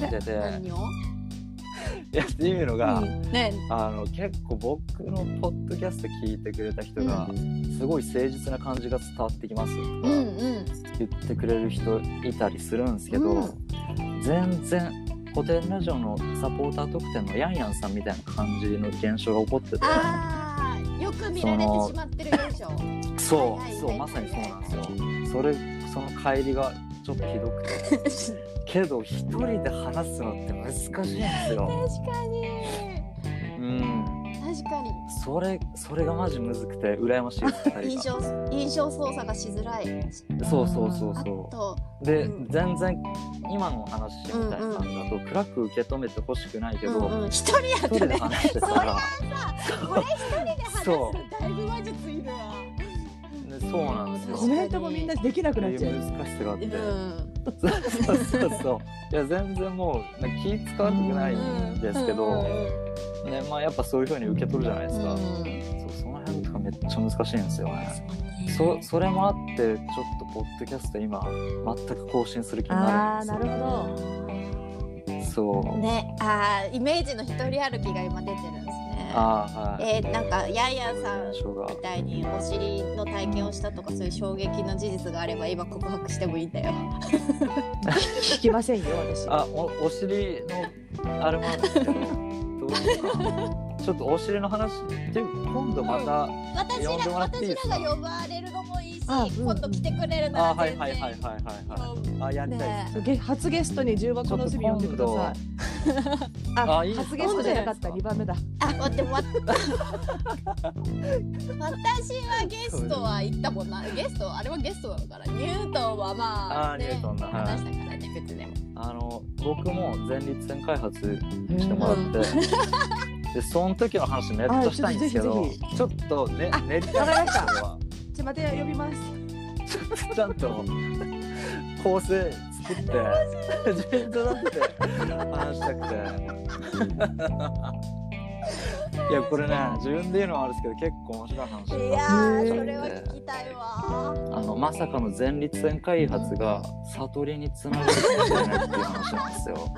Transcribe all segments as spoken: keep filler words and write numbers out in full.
見てて何をいやっていうのが、 うんね、 あの結構僕のポッドキャスト聞いてくれた人が、うん、すごい誠実な感じが伝わってきますとか言ってくれる人いたりするんですけど、うん、全然古典ラジオのサポーター特典のヤンヤンさんみたいな感じの現象が起こってて、 あよく見られてしまってる現象そう、はいはい、そうまさにそうなんですよ。それその乖離がちょっとひどくてけど一人で話すのって難しいんですよ。 確かに、 うん、 確かにそれそれがマジむずくて羨ましいです印象印象操作がしづらい。 そうそうそうそうで、うん、全然今の話みたいな感じだと、うんうん、暗く受け止めてほしくないけど、 うんうん、一人やったね。一人で話してたらそれはさこれ一人で話すのだいぶ話術いるわ。 そうなんですよ。 コメントもみんなできなくなっちゃう難しさがあって、 うん、 そうそうそういや全然もう気使われたくないんですけど、うんねまあ、やっぱそういう風に受け取るじゃないですか、うん、そうその辺とかめっちゃ難しいんですよね。そ, それもあってちょっとポッドキャスト今全く更新する気になるんですよ。 あーなるほどそうねあイメージの一人歩きが今出てるんですね。 あはい、 えー、なんかヤンヤンさんみたいにお尻の体験をしたとかそういう衝撃の事実があれば今告白してもいいんだよ。 聞きませんよ私。 あ お, お尻のあれもあるんですけどどうですかちょっとお尻の話って今度また呼んでもらっていいですか。 私らが呼ばれるのもいいし、うん、今度来てくれるなら全然。 あはいはいはいはいはいはい。あやりたいです、 ね、初ゲストに重箱の隅呼んでください。ああいい初ゲストじゃなかったにばんめだ。 あ待って待って私はゲストは行ったもんな。ゲストあれはゲストなのかな。ニュートンはまあ、 あ、ね、ニュートンだ話したからね別でも。 あの僕も前立腺開発してもらって、でその時の話めっちゃしたいんですけど、ちょっとね練りたいんですよ。 ちょ待って呼びます。 ちゃんと構成作って自分となって話したくていやこれね自分で言うのはあるんですけど結構面白い話だ。 いやーそれは聞きたいわ。 あのまさかの前立腺開発が悟りにつながるかもしれないっていう話なんですよ。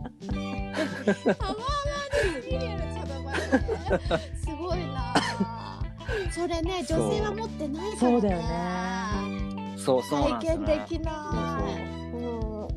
すごいな。それね女性は持ってないからね。 そうだよね。 そうそうなんですよね。 体験できない。 そうそう、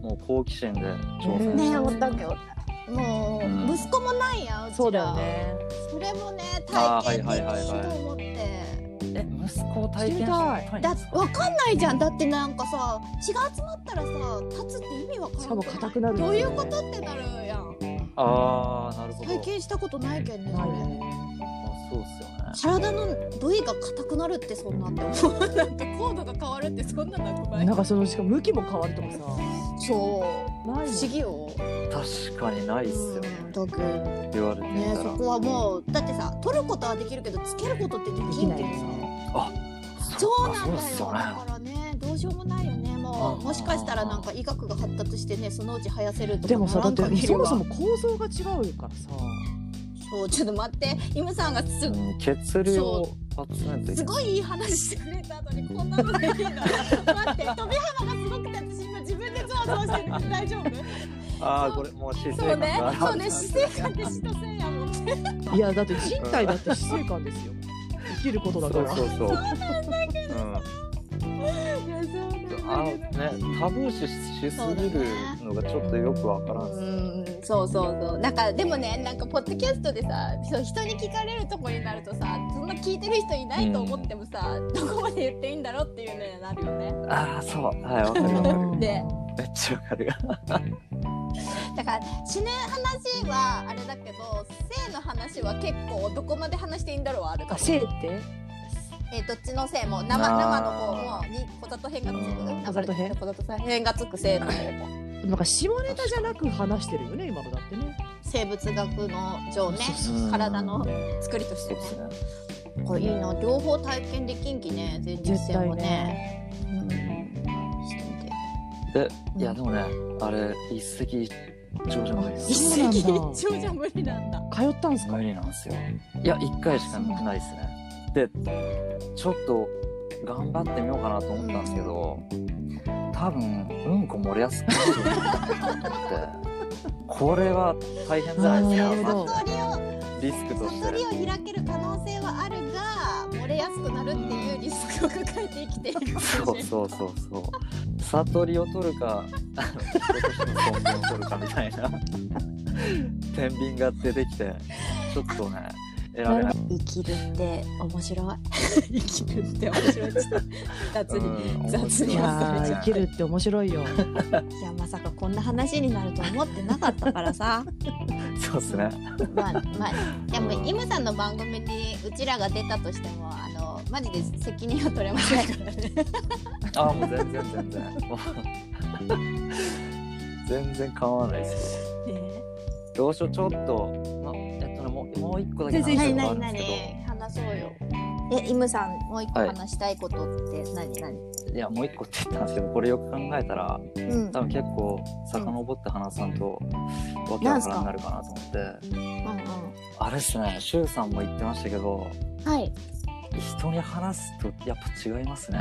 もう好奇心で挑戦ね思ったけど。もう、うん、息子もないやんうちら。 そうだよね。 それもね体験できると思って。 え息子を体験したい。 だわかんないじゃん。だってなんかさ血が集まったらさ立つって意味わからん。 しかも硬くなる。 どういうことってなるやん。 ああなるほど。 体験したことないけんね。 あそうっすよね。 体の部位が硬くなるってそんなって思う。なんかコードが変わるってそんななくない？ なんかそのしかも向きも変わるとかさ。 そうない不思議よ。 確かにないっすよね。 だけ言われてみたら、 ね、そこはもうだってさ取ることはできるけどつけることってできんけどさ。 あそうなんだよ。だからねどうしようもないよね。もうもしかしたらなんか医学が発達してねそのうち生やせるとか。 でもさだってそもそも構造が違うからさ。 そうちょっと待ってイムさんがす、 うん、血流を集めてすごいいい話してくれた後にこんなのでいいんだ。待って飛び幅がすごくて私今自分でゾワゾワしてるけど大丈夫？ ああこれもう姿勢そうねそうね姿勢感ってしとせんやもんね。いやだって人体だって姿勢感ですよ。生きることだから。 そうそうそう。 そうなんだけどさ。うん、いやそうあのねタブー視しすぎるのがちょっとよくわからんす、ね、 うんそうそうそうなんかでもねなんかポッドキャストでさそう人に聞かれるとこになるとさそんな聞いてる人いないと思ってもさ、うん、どこまで言っていいんだろうっていうのになるよね。 ああそうはいわかるわかる。 でめっちゃわかるよ。 だから死ぬ話はあれだけど性の話は結構どこまで話していいんだろうはあるかも。 性ってえー、どっちの性も 生, 生の方もに小里編がつく小里編小里編がつく性の方もなんか下ネタじゃなく話してるよね今のだってね。 生物学の上ね体の作りとしてね。これいいな両方体験できんきね前立腺もね。うんしてみて。 でいやでもねあれ一石一鳥じゃないです。 一石一鳥じゃ無理なんだ。 通ったんすか？ 無理なんですよ。いや一回しかないですね。でちょっと頑張ってみようかなと思ったんですけど、うん、多分うんこ漏れやすくなると思ってこれは大変じゃないですか。 悟りをリスクとして悟りを開ける可能性はあるが漏れやすくなるっていうリスクを抱えて生きているかもしれない。 そうそうそうそう悟りを取るか人としての尊厳を取るかみたいな天秤が出てきてちょっとね選べない。 生きるって面白い生きるって面白い。ちょっと雑に雑にいや忘れちゃ生きるって面白いよ。 う。いやまさかこんな話になると思ってなかったからさ。 そうですね。 まあまあでもイムさんの番組にうちらが出たとしてもあのマジで責任は取れませんからね。 ああもう全然全然もう全然構わないですよ。 ねどうしようちょっと、ま、えっとねもうもう一個だけ話なにしたいことなにがあるんですけなに話そうよ。えイムさんもう一個はい話したいことって何何？ ど、いやもう一個って言ったんですけど、これよく考えたらうん多分結構遡って話さんとわけわからんになるかなと思って、 うんうんあれですね、シュウさんも言ってましたけど、 はい。 人に話すとやっぱ違いますね。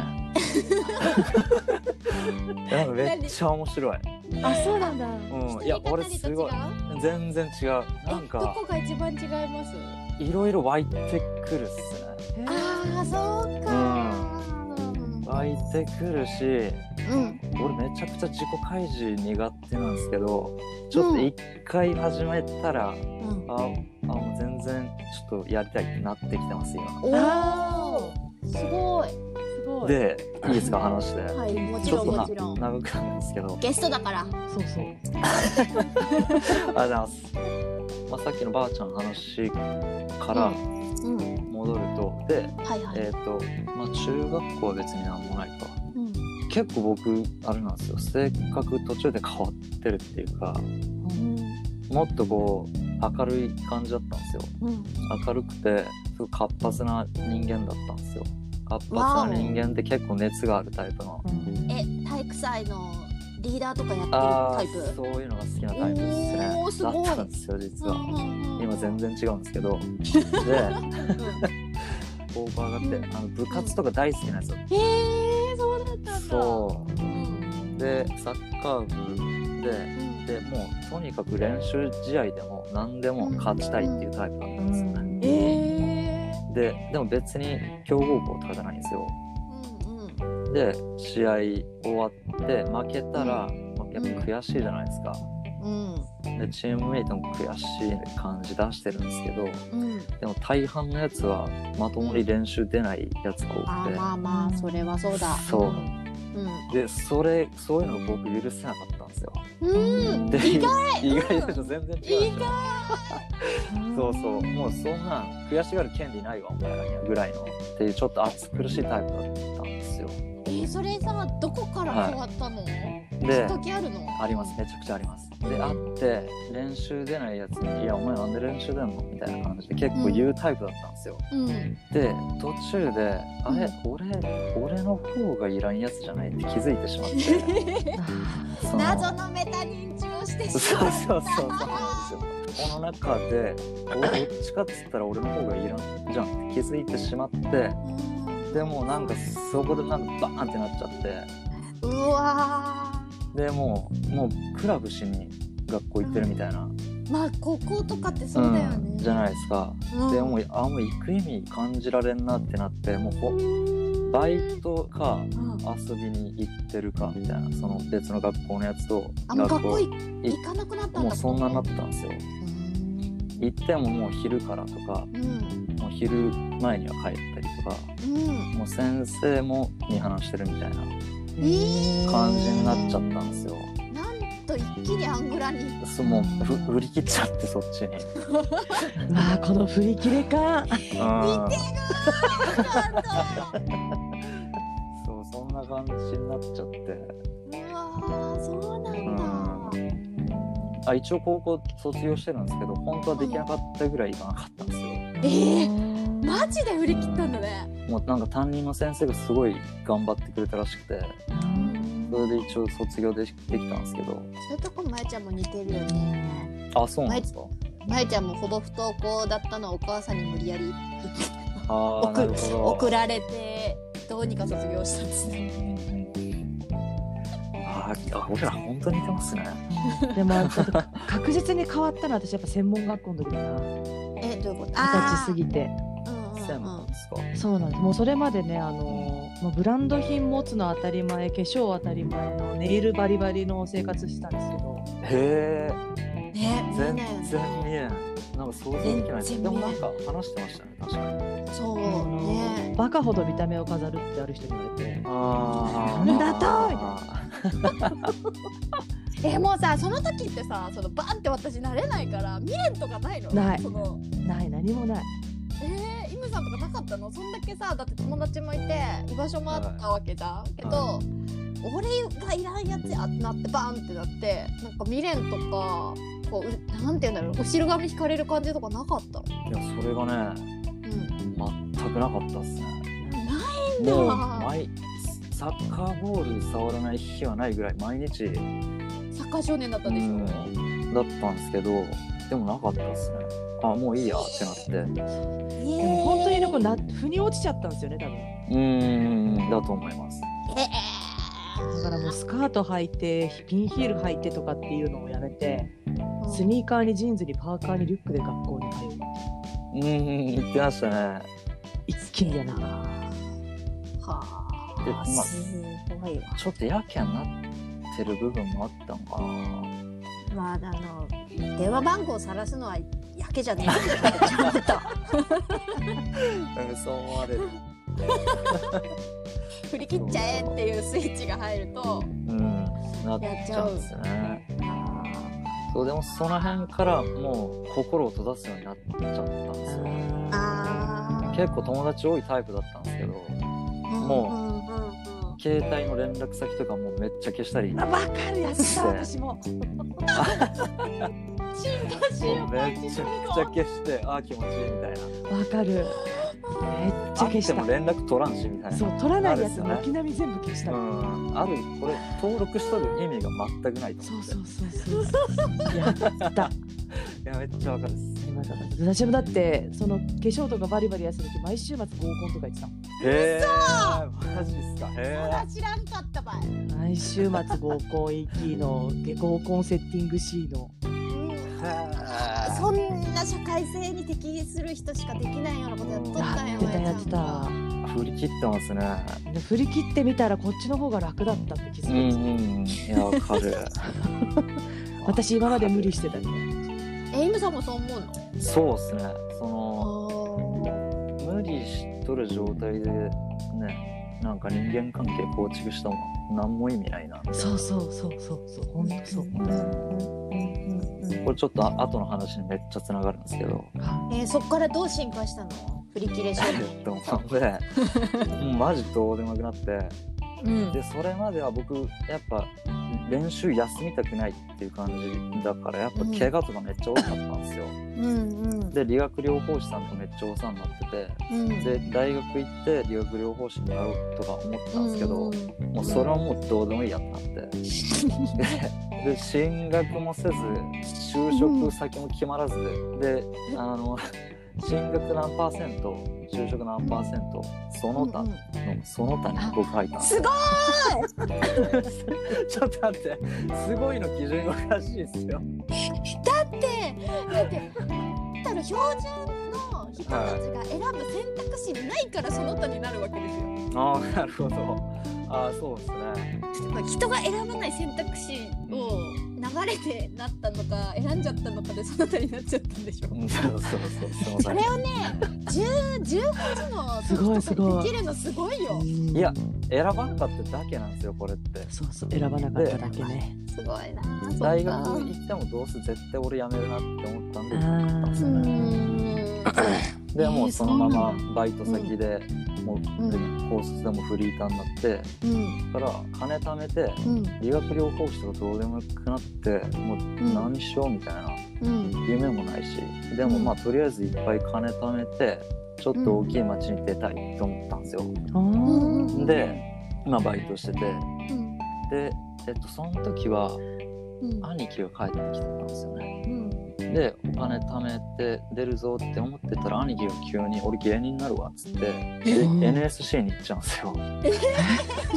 いやなんかめっちゃ面白い。 あ、そうなんだ。 うん、いや俺すごい全然違う。なんどかこが一番違います？ いろいろ湧いてくるっすね。 ああそうか。 湧いてくるし、 うん。 俺めちゃくちゃ自己開示苦手なんですけど、ちょっと一回始めたら、 うんああもう全然ちょっとやりたいってなってきてます今。 おおすごい。 すごい。 でいいですか話して。 はいもちろちょっとなんもちろん。 長くなるんですけど。 ゲストだから。 そうそう。 ありがとうございます。まあ、さっきのばあちゃんの話からうん。 戻ると、で、 はいはい。 えっ、と、まあ、中学校は別になんもないか。 うん。 結構僕、あれなんですよ、性格途中で変わってるっていうか、もっとこう、明るい感じだったんですよ。 うん。 明るくて、すごい活発な人間だったんですよ。活発な人間って結構熱があるタイプの。 え体育祭のリーダーとかやってるああ、 タイプ？ そういうのが好きなタイプですね。 おーすごいだったんですよ、実は。今全然。 然違うんですけど。で、オーバーがあって、あの部活とか大好きなんですよ。 へえそうだったんだ。 そううん。 で、サッカー部で、 うんでもうとにかく練習試合でも何でも勝ちたいっていうタイプだったんですよね。 ええで、でも別に強豪校とかじゃないんですよ。 うんうん。 で、試合終わって負けたら、まあやっぱ悔しいじゃないですか。 うんで、チームメイトも悔しい感じ出してるんですけど、 うん。 でも大半のやつはまともに練習出ないやつがあ多くて、 まあまあそれはそうだ。 そううん。 でそれそういうのが僕許せなかったんですよ。 うん。 で意外。 意外でしょ、全然違うでしょ。 意そうそうもうそんなん悔しがる権利ないわお前らにはぐらいのっていうちょっと暑苦しいタイプだったんですよ。 えー、それさどこから変わったの？きでっかけあるの？ あります、めちゃくちゃあります。で会って練習出ないやつに「いやお前なんで練習出んの?」みたいな感じで結構言うタイプだったんですよ。 うん。 で途中で「あれ俺俺の方がいらんやつじゃない?」って気づいてしまってその謎のメタ認知をしてそうしまった。 そうそうそうなんですよ。この中でおどっちかっつったら俺の方がいらんじゃんって気づいてしまって、でもなんかそこでなんかバーンってなっちゃって、 うわでもうもうクラブしに学校行ってるみたいな、 ー。まあ高校とかってそうだよね。 うん、じゃないですか。 うんでもうあもう行く意味感じられんなってなって、もうほバイトかうん遊びに行ってるかみたいな、その別の学校のやつとあもう学校いい行かなくなったんだもうそんなになったんですよ。 うん行ってももう昼からとか、 うんもう昼前には帰ったりとか、 うん。 もう先生も見放してるみたいなえー感じになっちゃったんですよ。 なんと一気にアングラに。 そうもうふ振り切っちゃってそっちに。 まあこの振り切れ感。 うん似てるそうそんな感じになっちゃって。 うわーそうなんだ。 あ一応高校卒業してるんですけど、本当はできなかったぐらいいかなかったんですよ。 えー、マジで振り切ったんだね。 もうなんか担任の先生がすごい頑張ってくれたらしくて、それで一応卒業できできたんですけど。 そういうとこまえちゃんも似てるよね。 あそうなんですか。 まえちゃんもほぼ不登校だったのをお母さんに無理やりああなるほど。 送られてどうにか卒業したんですね。 あああ俺ら本当に似てますね。 でも確実に変わったのは私やっぱ専門学校の時だな。 えどういうこと？ 二十歳過ぎて。 専門ですか？ そうなんです。もうそれまでね、あのもうブランド品持つの当たり前、化粧当たり前のネイルバリバリの生活したんですけど。 へえ。ね、 全然見えない。なんか想像できないです。でもなんか話してましたね、確かに。 そうね。 バカほど見た目を飾るってある人に言われて。 ああ。 なんだとみたいな。 えもうさその時ってさそのバンって私慣れないから未練とかないの？ ない。 そのない何もない。 えー、イムさんとかなかったの？そんだけさだって友達もいて居場所もあったわけじゃん、はい、けど、はい、俺がいらんやつやってなってバンってなってなんか未練とかこうなんて言うんだろう後ろ髪引かれる感じとかなかったの？ いやそれがね、うん、全くなかったっすね。 ないんだ。 もう毎サッカーボール触らない日はないぐらい毎日サッカー少年だったんでしょ、うん、 だったんですけどでもなかったっすね。あもういいやってなって。でも本当になんかな腑に落ちちゃったんですよね多分。 うーんだと思います。 だからもうスカート履いてピンヒール履いてとかっていうのをやめて、うん、スニーカーにジーンズにパーカーにリュックで学校に通う。 うん言ってましたね。 一気にやな。 はあ。 でまあすごいわ。ちょっとやけになってる部分もあったのかな。 まああの電話番号を晒すのはやけじゃねえかちゃんとそう思われる振り切っちゃえっていうスイッチが入ると、うん、 なっちゃうんですね。そうでもその辺からもう心を閉ざすようになっちゃったんですよ。あ結構友達多いタイプだったんですけど、もう携帯の連絡先とかもめっちゃ消したり。 あ、わかるやつだ私も。 シンパシーをめちゃくちゃ消してあ気持ちいいみたいな。 わかる。めっちゃ消した。 あっても連絡取らんしみたいな。 そう取らないやつ軒並み全部消した。 うん。あるこれ登録しとる意味が全くないと思って。 そうそうそうそう。やった。 いやめっちゃわかるです。 私もだってその化粧とかバリバリやする時毎週末合コンとか言ってた。 へーマジっすか。へー知らんかったばい。 毎週末合コン行きの合コンセッティング C の、うん、 そんな社会性に適する人しかできないようなことやっとったんや。 やってたやってた。 振り切ってますね。 で振り切ってみたらこっちの方が楽だったって気づくんですよ。 いやわかる。 私今まで無理してたね。 えイムさんもそう思うの？ そうですね。その無理しとる状態でね、なんか人間関係構築したもん何も意味ないな。 そうそうそうそうそう本当そう。 これちょっと後の話にめっちゃつながるんですけど。 えー、そっからどう進化したの？振り切れ少年。 と思ってもうマジどうでもよくなって、うん、でそれまでは僕やっぱ練習休みたくないっていう感じだからやっぱ怪我とかめっちゃ多かったんですよ。うんうん、で理学療法士さんとめっちゃお世話になってて、うん、で大学行って理学療法士になろうとか思ってたんですけど、うん、もうそれはもうどうでもいいやってなってで, で進学もせず就職先も決まらず、うん、であの進学何パーセント就職何パーセントその他のその他に僕入ったんです。 すごーいちょっと待ってすごいの基準がおかしいですよ。 だってだってただ標準の人たちが選ぶ選択肢ないからその他になるわけですよ。 ああなるほど。ああそうですね。 人が選ばない選択肢を流れてなったのか選んじゃったのかでその他になっちゃったんでしょ。 うん、そうそうそう。 それをねじゅう、じゅうはちの時とかできるのすごいよ。 いや選ばなかっただけなんですよこれって。 そうそう選ばなかっただけね。 すごいな。 大学行ってもどうせ絶対俺辞めるなって思ったんで行ったんですよね。でもうそのままバイト先で、うん、もう、うん、高卒でもフリーターになって、うん、から金貯めて、うん、理学療法士とかどうでもよくなってもう何しようみたいな、うん、夢もないしでもまあとりあえずいっぱい金貯めてちょっと大きい町に出たいと思ったんですよ、うん、で今バイトしてて、うん、で、えっと、その時は、うん、兄貴が帰ってきてたんですよね、うんでお金貯めて出るぞって思ってたら兄貴が急に俺芸人になるわっつって エヌエスシー に行っちゃうんですよ。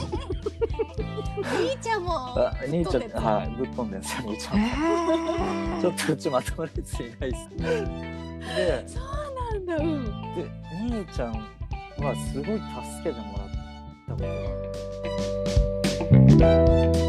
兄ちゃんもあ兄ちゃん、 ぶっ飛んでたはい、ぶっ飛んでんですよ兄ちゃん。 へちょっとうちまともなやついないです。で、 そうなんだ。うん。 で兄ちゃんはすごい助けてもらったことがあって。